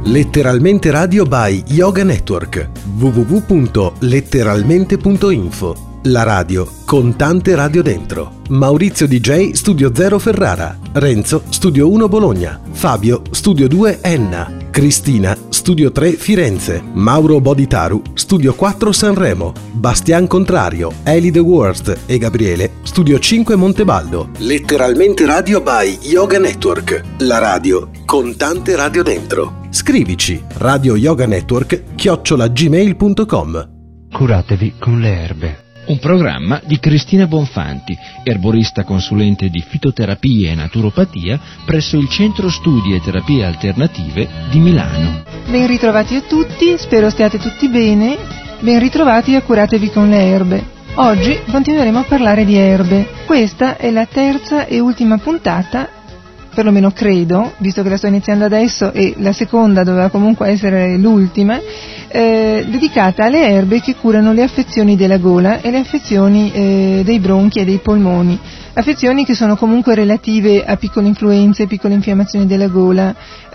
Letteralmente Radio by Yoga Network. www.letteralmente.info. La radio con tante radio dentro. Maurizio DJ Studio 0 Ferrara, Renzo Studio 1 Bologna, Fabio Studio 2 Enna, Cristina Studio 3 Firenze, Mauro Boditaru Studio 4 Sanremo, Bastian Contrario, Eli The Worst e Gabriele Studio 5 Montebaldo. Letteralmente Radio by Yoga Network. La radio con tante radio dentro. Scrivici radioyoganetwork@gmail.com. Curatevi con le erbe. Un programma di Cristina Bonfanti, erborista consulente di fitoterapia e naturopatia presso il Centro Studi e Terapie Alternative di Milano. Ben ritrovati a tutti, spero stiate tutti bene. Ben ritrovati a Curatevi con le erbe. Oggi continueremo a parlare di erbe. Questa è la terza e ultima puntata, perlomeno credo, visto che la sto iniziando adesso e la seconda doveva comunque essere l'ultima, dedicata alle erbe che curano le affezioni della gola e le affezioni dei bronchi e dei polmoni, affezioni che sono comunque relative a piccole influenze, piccole infiammazioni della gola,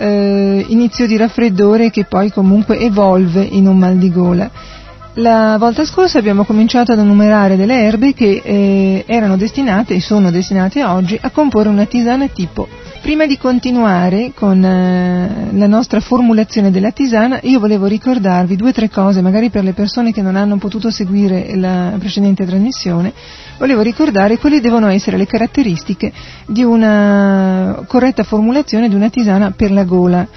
inizio di raffreddore che poi comunque evolve in un mal di gola. La volta scorsa abbiamo cominciato ad enumerare delle erbe che erano destinate e sono destinate oggi a comporre una tisana tipo. Prima di continuare con la nostra formulazione della tisana, io volevo ricordarvi 2 o 3 cose, magari per le persone che non hanno potuto seguire la precedente trasmissione. Volevo ricordare quali devono essere le caratteristiche di una corretta formulazione di una tisana per la gola,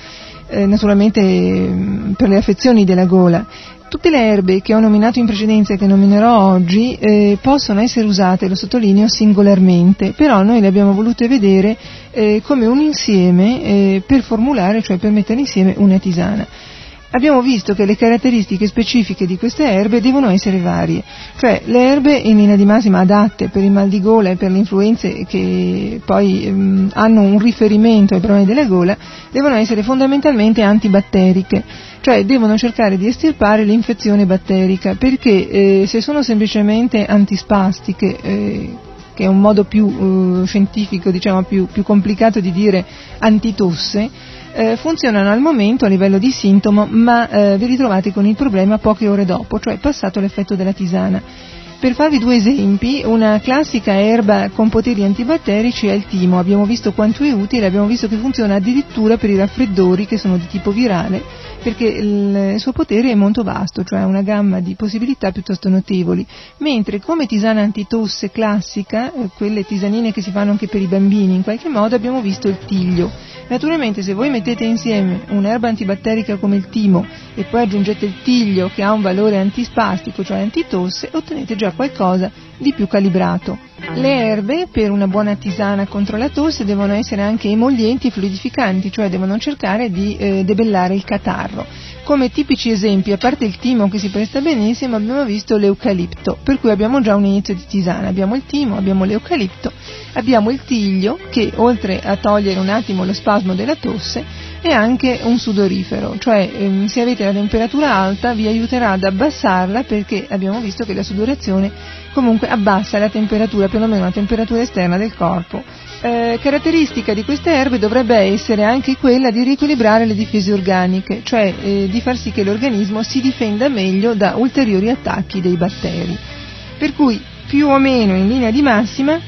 naturalmente per le affezioni della gola. Tutte le erbe che ho nominato in precedenza e che nominerò oggi possono essere usate, lo sottolineo, singolarmente, però noi le abbiamo volute vedere come un insieme per formulare, cioè per mettere insieme una tisana. Abbiamo visto che le caratteristiche specifiche di queste erbe devono essere varie, cioè le erbe in linea di massima adatte per il mal di gola e per le influenze che poi hanno un riferimento ai problemi della gola devono essere fondamentalmente antibatteriche, cioè devono cercare di estirpare l'infezione batterica, perché se sono semplicemente antispastiche, che è un modo più scientifico, diciamo più complicato di dire antitosse, funzionano al momento a livello di sintomo, ma vi ritrovate con il problema poche ore dopo, cioè passato l'effetto della tisana. Per farvi 2 esempi, una classica erba con poteri antibatterici è il timo. Abbiamo visto quanto è utile, abbiamo visto che funziona addirittura per i raffreddori che sono di tipo virale, perché il suo potere è molto vasto, cioè ha una gamma di possibilità piuttosto notevoli, mentre come tisana antitosse classica, quelle tisanine che si fanno anche per i bambini in qualche modo, abbiamo visto il tiglio. Naturalmente se voi mettete insieme un'erba antibatterica come il timo e poi aggiungete il tiglio che ha un valore antispastico, cioè antitosse, ottenete già qualcosa di più calibrato. Le erbe per una buona tisana contro la tosse devono essere anche emollienti e fluidificanti, cioè devono cercare di debellare il catarro. Come tipici esempi, a parte il timo che si presta benissimo, abbiamo visto l'eucalipto, per cui abbiamo già un inizio di tisana. Abbiamo il timo, abbiamo l'eucalipto, abbiamo il tiglio che oltre a togliere un attimo lo spasmo della tosse è anche un sudorifero, cioè se avete la temperatura alta vi aiuterà ad abbassarla, perché abbiamo visto che la sudorazione comunque abbassa la temperatura, perlomeno la temperatura esterna del corpo. Caratteristica di queste erbe dovrebbe essere anche quella di riequilibrare le difese organiche, cioè di far sì che l'organismo si difenda meglio da ulteriori attacchi dei batteri. Per cui più o meno in linea di massima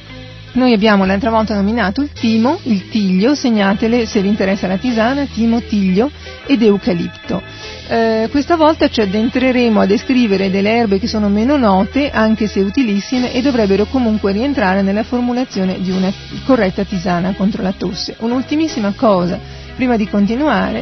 noi abbiamo l'altra volta nominato il timo, il tiglio, segnatele se vi interessa la tisana, timo, tiglio ed eucalipto. Questa volta ci addentreremo a descrivere delle erbe che sono meno note, anche se utilissime, e dovrebbero comunque rientrare nella formulazione di una corretta tisana contro la tosse. Un'ultimissima cosa, prima di continuare,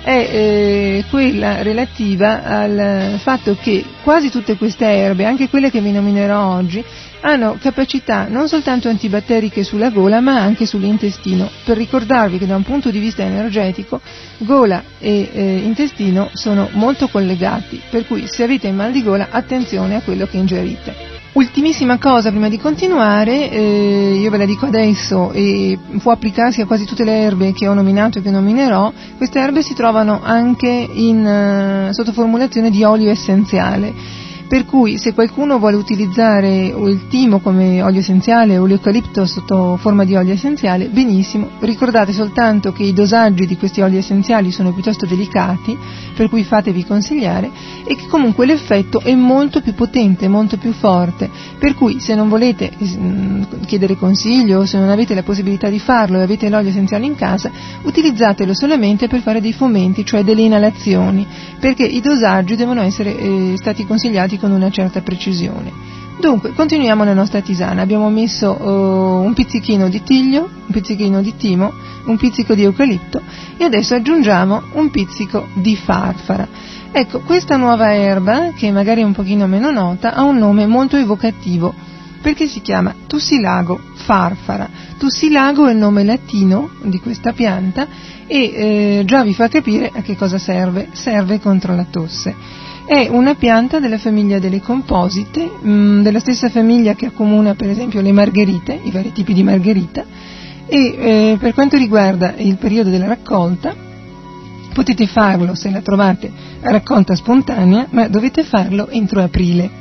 è quella relativa al fatto che quasi tutte queste erbe, anche quelle che vi nominerò oggi, hanno capacità non soltanto antibatteriche sulla gola ma anche sull'intestino, per ricordarvi che da un punto di vista energetico gola e intestino sono molto collegati, per cui se avete il mal di gola attenzione a quello che ingerite. Ultimissima cosa prima di continuare, io ve la dico adesso e può applicarsi a quasi tutte le erbe che ho nominato e che nominerò. Queste erbe si trovano anche in sottoformulazione di olio essenziale. per cui se qualcuno vuole utilizzare il timo come olio essenziale o l'eucalipto sotto forma di olio essenziale, benissimo, ricordate soltanto che i dosaggi di questi oli essenziali sono piuttosto delicati, per cui fatevi consigliare, e che comunque l'effetto è molto più potente, molto più forte, per cui se non volete chiedere consiglio o se non avete la possibilità di farlo e avete l'olio essenziale in casa, utilizzatelo solamente per fare dei fomenti, cioè delle inalazioni, perché i dosaggi devono essere stati consigliati con una certa precisione. Dunque, continuiamo la nostra tisana. Abbiamo messo un pizzichino di tiglio, un pizzichino di timo, un pizzico di eucalipto e adesso aggiungiamo un pizzico di farfara. Ecco, questa nuova erba, che magari è un pochino meno nota, ha un nome molto evocativo, perché si chiama Tussilago farfara. Tussilago è il nome latino di questa pianta e già vi fa capire a che cosa serve. Serve contro la tosse. È una pianta della famiglia delle composite, della stessa famiglia che accomuna per esempio le margherite, i vari tipi di margherita, e per quanto riguarda il periodo della raccolta, potete farlo se la trovate a raccolta spontanea, ma dovete farlo entro aprile.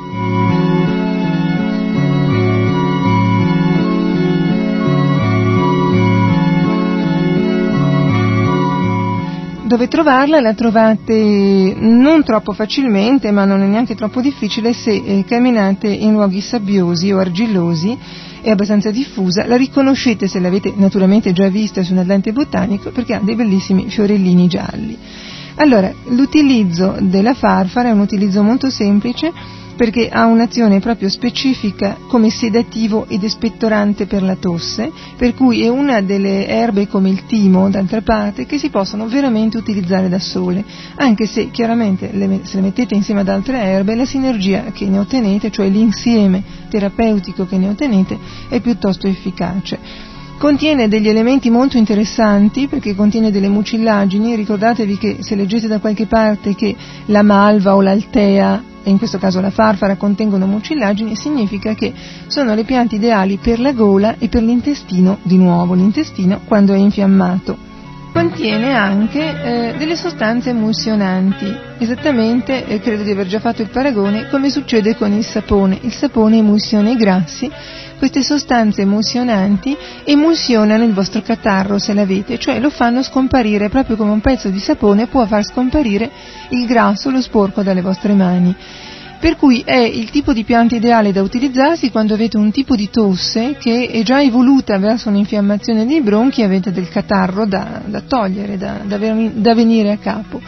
Dove trovarla? La trovate non troppo facilmente, ma non è neanche troppo difficile se camminate in luoghi sabbiosi o argillosi, è abbastanza diffusa, la riconoscete se l'avete naturalmente già vista su un atlante botanico perché ha dei bellissimi fiorellini gialli. Allora, l'utilizzo della farfara è un utilizzo molto semplice perché ha un'azione proprio specifica come sedativo ed espettorante per la tosse, per cui è una delle erbe come il timo, d'altra parte, che si possono veramente utilizzare da sole, anche se chiaramente se le mettete insieme ad altre erbe la sinergia che ne ottenete, cioè l'insieme terapeutico che ne ottenete, è piuttosto efficace. Contiene degli elementi molto interessanti perché contiene delle mucillagini. Ricordatevi che se leggete da qualche parte che la malva o l'altea, e in questo caso la farfara, contengono mucillagini, significa che sono le piante ideali per la gola e per l'intestino, di nuovo l'intestino quando è infiammato. Contiene anche delle sostanze emulsionanti, esattamente, credo di aver già fatto il paragone, come succede con il sapone. Il sapone emulsiona i grassi. Queste sostanze emulsionanti emulsionano il vostro catarro se l'avete, cioè lo fanno scomparire, proprio come un pezzo di sapone può far scomparire il grasso, lo sporco dalle vostre mani. Per cui è il tipo di pianta ideale da utilizzarsi quando avete un tipo di tosse che è già evoluta verso un'infiammazione dei bronchi e avete del catarro da togliere, da venire a capo.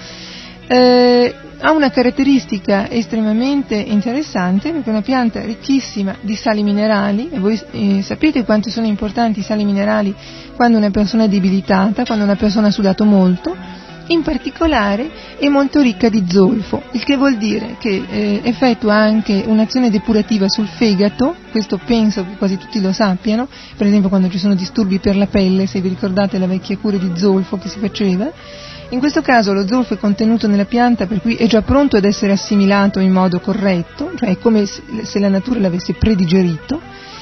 Ha una caratteristica estremamente interessante perché è una pianta ricchissima di sali minerali e voi sapete quanto sono importanti i sali minerali quando una persona è debilitata, quando una persona ha sudato molto. In particolare è molto ricca di zolfo, il che vuol dire che effettua anche un'azione depurativa sul fegato. Questo penso che quasi tutti lo sappiano, per esempio quando ci sono disturbi per la pelle, se vi ricordate la vecchia cura di zolfo che si faceva. In questo caso lo zolfo è contenuto nella pianta, per cui è già pronto ad essere assimilato in modo corretto, cioè è come se la natura l'avesse predigerito,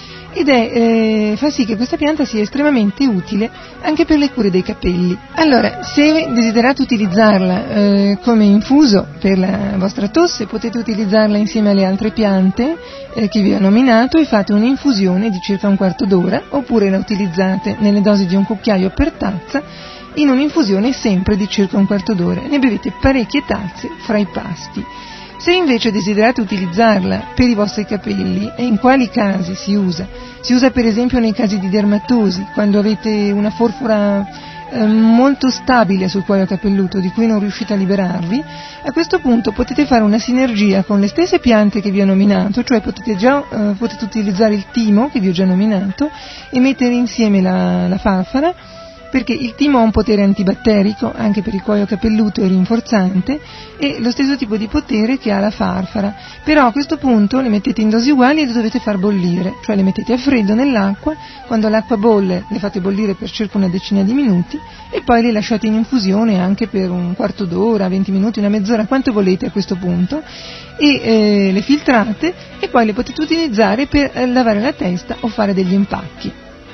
ed fa sì che questa pianta sia estremamente utile anche per le cure dei capelli. Allora, se desiderate utilizzarla come infuso per la vostra tosse, potete utilizzarla insieme alle altre piante che vi ho nominato e fate un'infusione di circa un quarto d'ora, oppure la utilizzate nelle dosi di un cucchiaio per tazza in un'infusione sempre di circa un quarto d'ora. Ne bevete parecchie tazze fra i pasti. Se invece desiderate utilizzarla per i vostri capelli, e in quali casi si usa? Si usa per esempio nei casi di dermatosi, quando avete una forfora molto stabile sul cuoio capelluto di cui non riuscite a liberarvi. A questo punto potete fare una sinergia con le stesse piante che vi ho nominato, cioè potete utilizzare il timo che vi ho già nominato e mettere insieme la farfara, perché il timo ha un potere antibatterico anche per il cuoio capelluto e rinforzante, e lo stesso tipo di potere che ha la farfara. Però a questo punto le mettete in dosi uguali e le dovete far bollire, cioè le mettete a freddo nell'acqua. Quando l'acqua bolle le fate bollire per circa una decina di minuti e poi le lasciate in infusione anche per un quarto d'ora, 20 minuti, una mezz'ora, quanto volete a questo punto, e le filtrate e poi le potete utilizzare per lavare la testa o fare degli impacchi.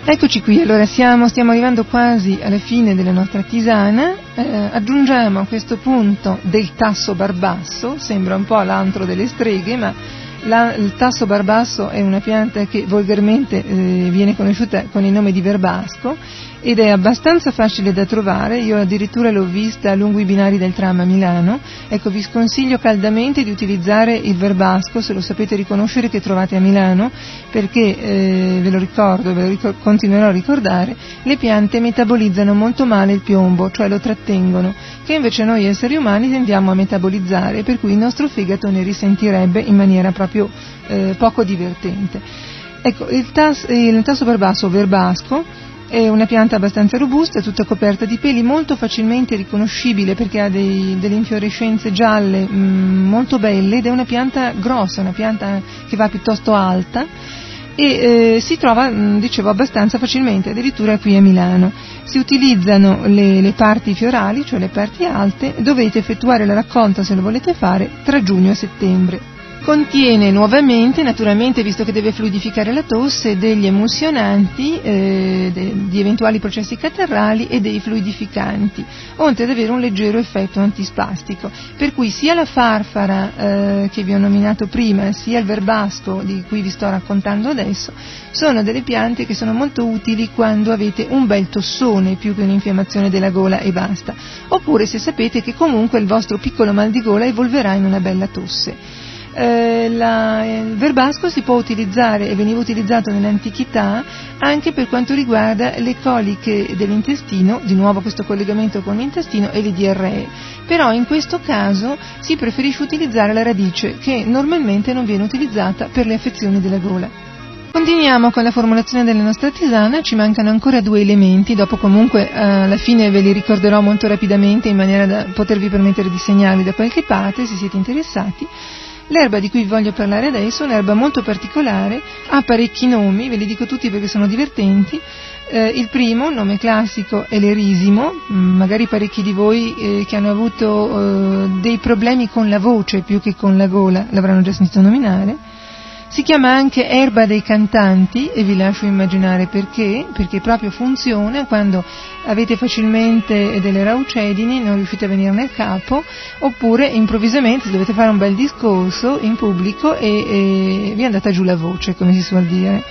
Eccoci qui, allora stiamo arrivando quasi alla fine della nostra tisana. Aggiungiamo a questo punto del tasso barbasso, sembra un po' l'antro delle streghe, ma il tasso barbasso è una pianta che volgarmente viene conosciuta con il nome di verbasco ed è abbastanza facile da trovare. Io addirittura l'ho vista lungo i binari del tram a Milano. Ecco, vi sconsiglio caldamente di utilizzare il verbasco, se lo sapete riconoscere, che trovate a Milano, perché ve lo ricordo, continuerò a ricordare, le piante metabolizzano molto male il piombo, cioè lo trattengono, che invece noi esseri umani tendiamo a metabolizzare, per cui il nostro fegato ne risentirebbe in maniera proprio poco divertente. Ecco, il tasso barbasso o verbasco è una pianta abbastanza robusta, tutta coperta di peli, molto facilmente riconoscibile perché ha delle infiorescenze gialle molto belle, ed è una pianta grossa, una pianta che va piuttosto alta e si trova, dicevo, abbastanza facilmente, addirittura qui a Milano. Si utilizzano le parti fiorali, cioè le parti alte. Dovete effettuare la raccolta, se lo volete fare, tra giugno e settembre. Contiene nuovamente, naturalmente, visto che deve fluidificare la tosse, degli emulsionanti di eventuali processi catarrali e dei fluidificanti, oltre ad avere un leggero effetto antispastico, per cui sia la farfara che vi ho nominato prima, sia il verbasco di cui vi sto raccontando adesso, sono delle piante che sono molto utili quando avete un bel tossone più che un'infiammazione della gola e basta, oppure se sapete che comunque il vostro piccolo mal di gola evolverà in una bella tosse. Il verbasco si può utilizzare e veniva utilizzato nell'antichità anche per quanto riguarda le coliche dell'intestino, di nuovo questo collegamento con l'intestino, e le diarree, però in questo caso si preferisce utilizzare la radice, che normalmente non viene utilizzata per le affezioni della gola. Continuiamo con la formulazione della nostra tisana. Ci mancano ancora 2 elementi, dopo comunque alla fine ve li ricorderò molto rapidamente in maniera da potervi permettere di segnarli da qualche parte se siete interessati. L'erba di cui vi voglio parlare adesso è un'erba molto particolare, ha parecchi nomi, ve li dico tutti perché sono divertenti. Il primo, il nome classico, è l'erisimo. Magari parecchi di voi che hanno avuto dei problemi con la voce più che con la gola l'avranno già sentito nominare. Si chiama anche erba dei cantanti e vi lascio immaginare perché proprio funziona quando avete facilmente delle raucedini, non riuscite a venirne a capo, oppure improvvisamente dovete fare un bel discorso in pubblico e vi è andata giù la voce, come si suol dire.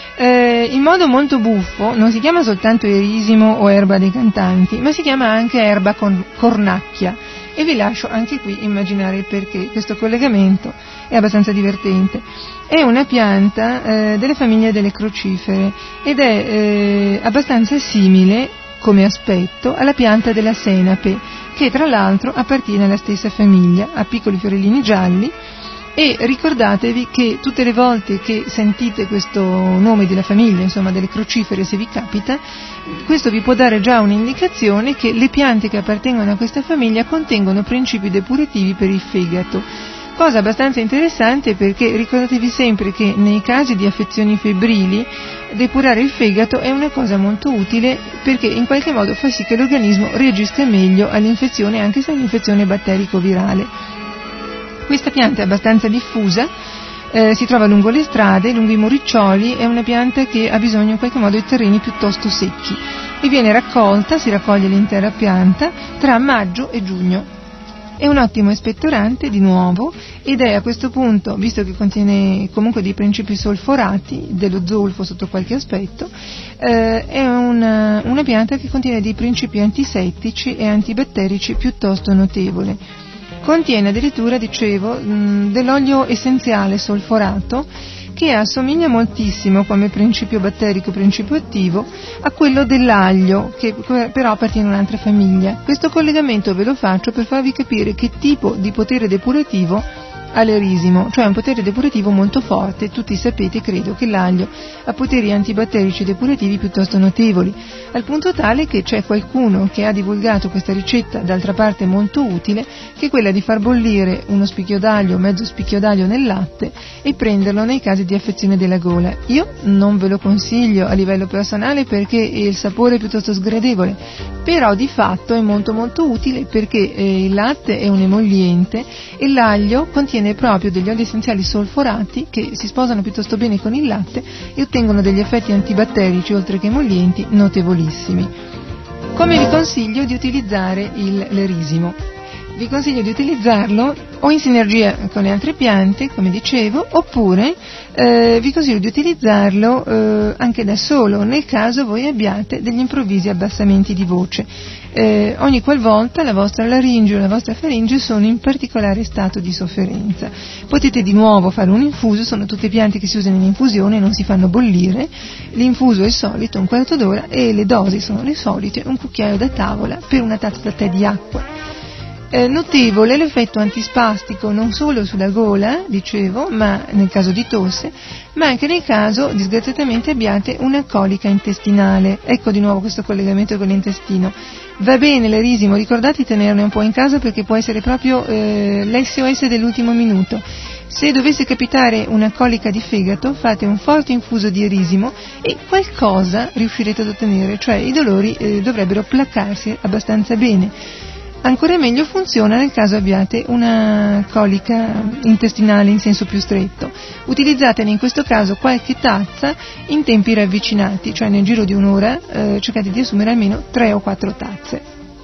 In modo molto buffo non si chiama soltanto erisimo o erba dei cantanti, ma si chiama anche erba cornacchia, e vi lascio anche qui immaginare il perché. Questo collegamento è abbastanza divertente. È una pianta delle famiglie delle crocifere ed è abbastanza simile come aspetto alla pianta della senape, che tra l'altro appartiene alla stessa famiglia, ha piccoli fiorellini gialli. E ricordatevi che tutte le volte che sentite questo nome della famiglia, insomma delle crocifere, se vi capita, questo vi può dare già un'indicazione che le piante che appartengono a questa famiglia contengono principi depurativi per il fegato. Cosa abbastanza interessante, perché ricordatevi sempre che nei casi di affezioni febbrili depurare il fegato è una cosa molto utile, perché in qualche modo fa sì che l'organismo reagisca meglio all'infezione, anche se è un'infezione batterico-virale. Questa pianta è abbastanza diffusa, si trova lungo le strade, lungo i muriccioli, è una pianta che ha bisogno in qualche modo di terreni piuttosto secchi e viene raccolta, si raccoglie l'intera pianta tra maggio e giugno. È un ottimo espettorante di nuovo ed è a questo punto, visto che contiene comunque dei principi solforati, dello zolfo sotto qualche aspetto, è una pianta che contiene dei principi antisettici e antibatterici piuttosto notevole. Contiene addirittura, dicevo, dell'olio essenziale solforato che assomiglia moltissimo come principio batterico, principio attivo, a quello dell'aglio, che però appartiene a un'altra famiglia. Questo collegamento ve lo faccio per farvi capire che tipo di potere depurativo ha l'erisimo, cioè un potere depurativo molto forte. Tutti sapete, credo, che l'aglio ha poteri antibatterici depurativi piuttosto notevoli, al punto tale che c'è qualcuno che ha divulgato questa ricetta, d'altra parte molto utile, che è quella di far bollire uno spicchio d'aglio, mezzo spicchio d'aglio nel latte e prenderlo nei casi di affezione della gola. Io non ve lo consiglio a livello personale perché il sapore è piuttosto sgradevole, però di fatto è molto molto utile perché il latte è un emolliente e l'aglio contiene proprio degli oli essenziali solforati che si sposano piuttosto bene con il latte e ottengono degli effetti antibatterici oltre che emollienti notevolissimi. Come vi consiglio di utilizzare l'erisimo? Vi consiglio di utilizzarlo o in sinergia con le altre piante, come dicevo, oppure vi consiglio di utilizzarlo anche da solo, nel caso voi abbiate degli improvvisi abbassamenti di voce. Ogni qualvolta la vostra laringe o la vostra faringe sono in particolare stato di sofferenza. Potete di nuovo fare un infuso, sono tutte piante che si usano in infusione, non si fanno bollire. L'infuso è il solito, un quarto d'ora, e le dosi sono le solite, un cucchiaio da tavola per una tazza da tè di acqua. Notevole l'effetto antispastico non solo sulla gola, dicevo, ma nel caso di tosse, ma anche nel caso, disgraziatamente, abbiate una colica intestinale. Ecco di nuovo questo collegamento con l'intestino. Va bene l'erisimo, ricordate di tenerne un po' in casa perché può essere proprio l'SOS dell'ultimo minuto. Se dovesse capitare una colica di fegato, fate un forte infuso di erisimo e qualcosa riuscirete ad ottenere, cioè i dolori dovrebbero placarsi abbastanza bene. Ancora meglio funziona nel caso abbiate una colica intestinale in senso più stretto. Utilizzatene in questo caso qualche tazza in tempi ravvicinati, cioè nel giro di un'ora cercate di assumere almeno 3 o 4 tazze.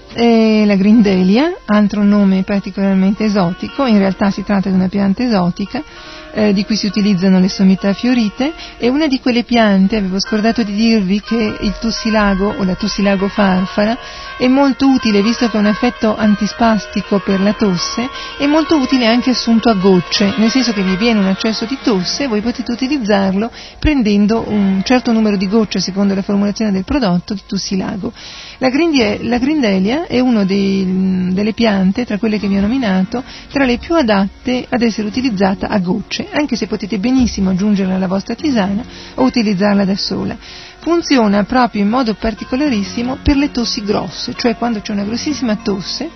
La grindelia, altro nome particolarmente esotico, in realtà si tratta di una pianta esotica, di cui si utilizzano le sommità fiorite, è una di quelle piante, avevo scordato di dirvi che il tussilago o la tussilago farfara è molto utile visto che ha un effetto antispastico per la tosse, è molto utile anche assunto a gocce, nel senso che vi viene un accesso di tosse, voi potete utilizzarlo prendendo un certo numero di gocce secondo la formulazione del prodotto di tussilago. La grindelia è una delle piante, tra quelle che vi ho nominato, tra le più adatte ad essere utilizzata a gocce, anche se potete benissimo aggiungerla alla vostra tisana o utilizzarla da sola. Funziona proprio in modo particolarissimo per le tossi grosse, cioè quando c'è una grossissima tosse,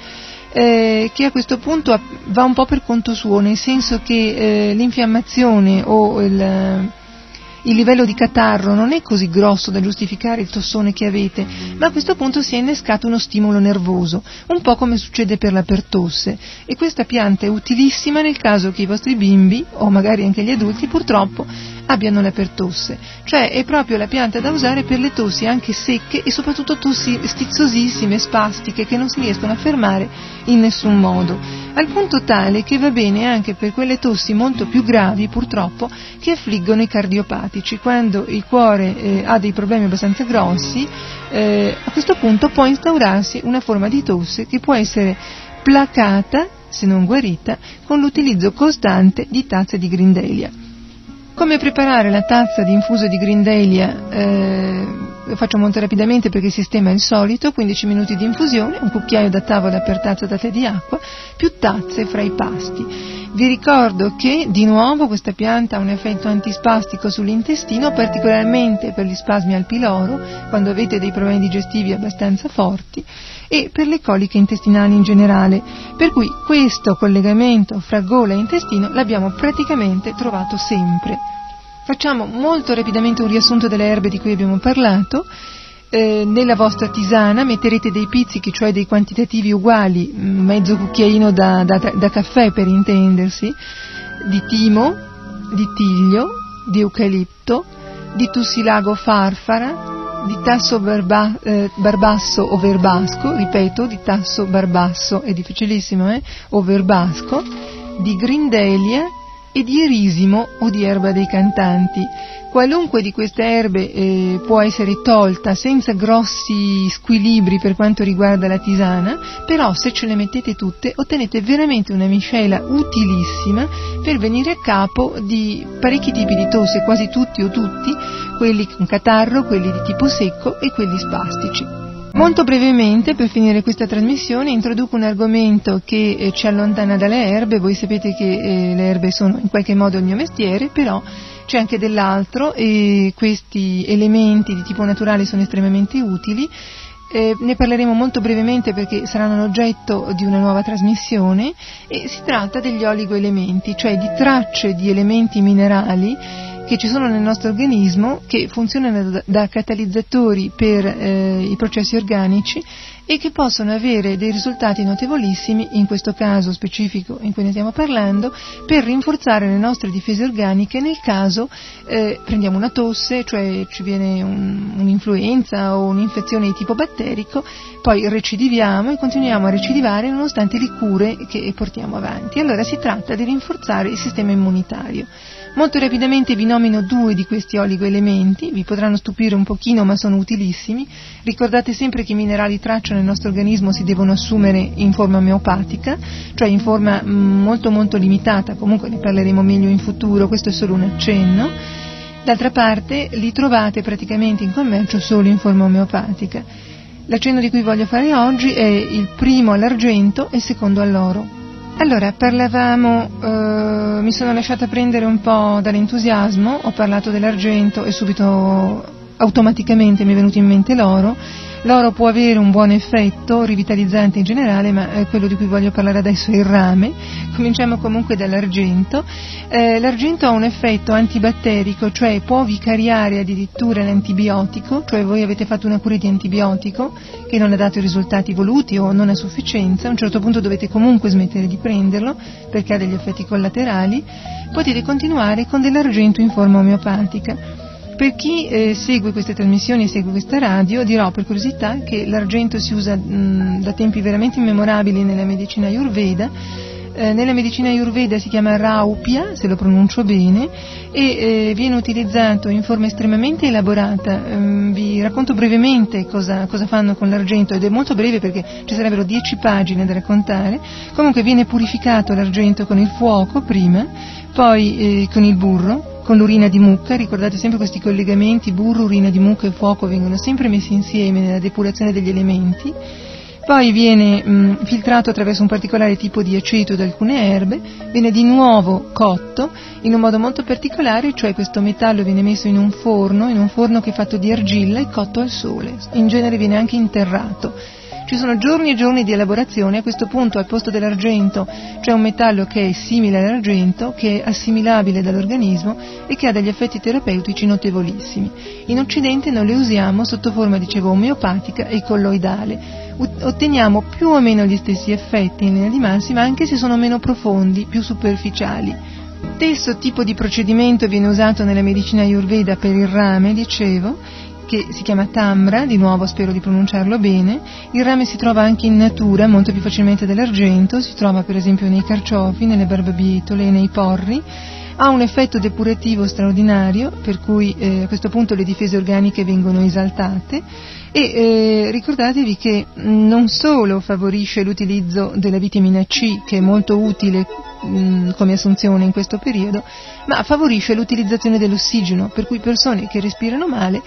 che a questo punto va un po' per conto suo, nel senso che l'infiammazione o il livello di catarro non è così grosso da giustificare il tossone che avete, ma a questo punto si è innescato uno stimolo nervoso, un po' come succede per la pertosse, e questa pianta è utilissima nel caso che i vostri bimbi, o magari anche gli adulti, purtroppo abbiano la pertosse, cioè è proprio la pianta da usare per le tossi anche secche e soprattutto tossi stizzosissime, spastiche, che non si riescono a fermare in nessun modo, al punto tale che va bene anche per quelle tossi molto più gravi, purtroppo, che affliggono i cardiopatici. Quando il cuore ha dei problemi abbastanza grossi, a questo punto può instaurarsi una forma di tosse che può essere placata, se non guarita, con l'utilizzo costante di tazze di grindelia. Come preparare la tazza di infuso di grindelia? Lo faccio molto rapidamente perché il sistema è il solito: 15 minuti di infusione, un cucchiaio da tavola per tazza da tè di acqua, più tazze fra i pasti. Vi ricordo che, di nuovo, questa pianta ha un effetto antispastico sull'intestino, particolarmente per gli spasmi al piloro, quando avete dei problemi digestivi abbastanza forti, e per le coliche intestinali in generale, per cui questo collegamento fra gola e intestino l'abbiamo praticamente trovato sempre. Facciamo molto rapidamente un riassunto delle erbe di cui abbiamo parlato. Nella vostra tisana metterete dei pizzichi, cioè dei quantitativi uguali, mezzo cucchiaino da caffè per intendersi, di timo, di tiglio, di eucalipto, di tussilago farfara, di tasso barbasso o verbasco, ripeto, di tasso barbasso, è difficilissimo, o verbasco, di grindelia e di erisimo o di erba dei cantanti. Qualunque di queste erbe può essere tolta senza grossi squilibri per quanto riguarda la tisana, però se ce le mettete tutte ottenete veramente una miscela utilissima per venire a capo di parecchi tipi di tosse, quasi tutti o tutti, quelli con catarro, quelli di tipo secco e quelli spastici. Molto brevemente, per finire questa trasmissione, introduco un argomento che ci allontana dalle erbe. Voi sapete che le erbe sono in qualche modo il mio mestiere, però c'è anche dell'altro e questi elementi di tipo naturale sono estremamente utili. Ne parleremo molto brevemente perché saranno l'oggetto di una nuova trasmissione, e si tratta degli oligoelementi, cioè di tracce di elementi minerali che ci sono nel nostro organismo, che funzionano da catalizzatori per i processi organici e che possono avere dei risultati notevolissimi, in questo caso specifico in cui ne stiamo parlando, per rinforzare le nostre difese organiche nel caso prendiamo una tosse, cioè ci viene un'influenza o un'infezione di tipo batterico, poi recidiviamo e continuiamo a recidivare nonostante le cure che portiamo avanti. Allora si tratta di rinforzare il sistema immunitario. Molto rapidamente vi nomino 2 di questi oligoelementi, vi potranno stupire un pochino ma sono utilissimi. Ricordate sempre che i minerali traccia nel nostro organismo si devono assumere in forma omeopatica, cioè in forma molto molto limitata, comunque ne parleremo meglio in futuro, questo è solo un accenno. D'altra parte li trovate praticamente in commercio solo in forma omeopatica. L'accenno di cui voglio fare oggi è il primo all'argento e il secondo all'oro. Allora, mi sono lasciata prendere un po' dall'entusiasmo, ho parlato dell'argento e subito automaticamente mi è venuto in mente l'oro. L'oro può avere un buon effetto rivitalizzante in generale, ma quello di cui voglio parlare adesso è il rame. Cominciamo comunque dall'argento. L'argento ha un effetto antibatterico, cioè può vicariare addirittura l'antibiotico, cioè voi avete fatto una cura di antibiotico che non ha dato i risultati voluti o non a sufficienza, a un certo punto dovete comunque smettere di prenderlo perché ha degli effetti collaterali, potete continuare con dell'argento in forma omeopatica. Per chi segue queste trasmissioni e segue questa radio, dirò per curiosità che l'argento si usa da tempi veramente immemorabili nella medicina Ayurveda. Nella medicina Ayurveda si chiama Raupia, se lo pronuncio bene, e viene utilizzato in forma estremamente elaborata. Vi racconto brevemente cosa fanno con l'argento, ed è molto breve perché ci sarebbero 10 pagine da raccontare. Comunque viene purificato l'argento con il fuoco prima, poi con il burro, con l'urina di mucca. Ricordate sempre questi collegamenti, burro, urina di mucca e fuoco vengono sempre messi insieme nella depurazione degli elementi. Poi viene filtrato attraverso un particolare tipo di aceto da alcune erbe, viene di nuovo cotto in un modo molto particolare, cioè questo metallo viene messo in un forno che è fatto di argilla e cotto al sole, in genere viene anche interrato. Ci sono giorni e giorni di elaborazione. A questo punto al posto dell'argento c'è un metallo che è simile all'argento, che è assimilabile dall'organismo e che ha degli effetti terapeutici notevolissimi. In Occidente noi le usiamo sotto forma, dicevo, omeopatica e colloidale. Otteniamo più o meno gli stessi effetti in linea di massima, anche se sono meno profondi, più superficiali. Stesso tipo di procedimento viene usato nella medicina Ayurveda per il rame, dicevo, che si chiama Tamra, di nuovo spero di pronunciarlo bene. Il rame si trova anche in natura, molto più facilmente dell'argento, si trova per esempio nei carciofi, nelle barbabietole e nei porri. Ha un effetto depurativo straordinario, per cui a questo punto le difese organiche vengono esaltate, e ricordatevi che non solo favorisce l'utilizzo della vitamina C, che è molto utile come assunzione in questo periodo, ma favorisce l'utilizzazione dell'ossigeno, per cui persone che respirano male,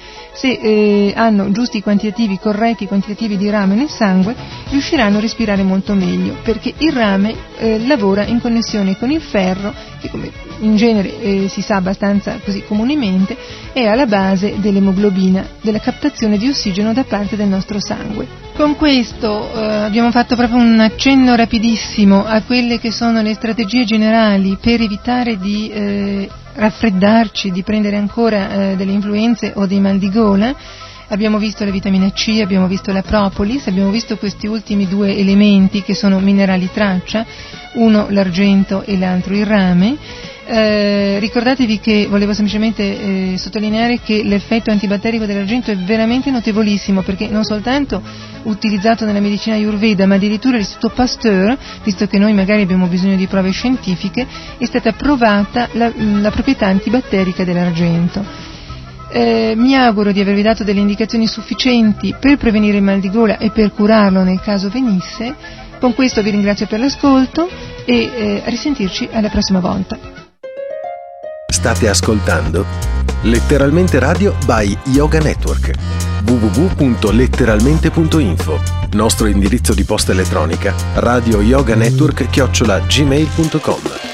se hanno giusti quantitativi, corretti quantitativi di rame nel sangue, riusciranno a respirare molto meglio, perché il rame lavora in connessione con il ferro, che come in genere si sa abbastanza così comunemente, è alla base dell'emoglobina, della captazione di ossigeno da parte del nostro sangue. Con questo abbiamo fatto proprio un accenno rapidissimo a quelle che sono le strategie generali per evitare di raffreddarci, di prendere ancora delle influenze o dei mal di gola. Abbiamo visto la vitamina C, abbiamo visto la propolis, abbiamo visto questi ultimi 2 elementi che sono minerali traccia, uno l'argento e l'altro il rame. Ricordatevi che volevo semplicemente sottolineare che l'effetto antibatterico dell'argento è veramente notevolissimo, perché non soltanto utilizzato nella medicina Ayurveda, ma addirittura l'Istituto Pasteur, visto che noi magari abbiamo bisogno di prove scientifiche, è stata provata la proprietà antibatterica dell'argento. Mi auguro di avervi dato delle indicazioni sufficienti per prevenire il mal di gola e per curarlo nel caso venisse. Con questo vi ringrazio per l'ascolto e a risentirci alla prossima volta. State ascoltando Letteralmente Radio by Yoga Network. www.letteralmente.info. Nostro indirizzo di posta elettronica radioyoganetwork@gmail.com.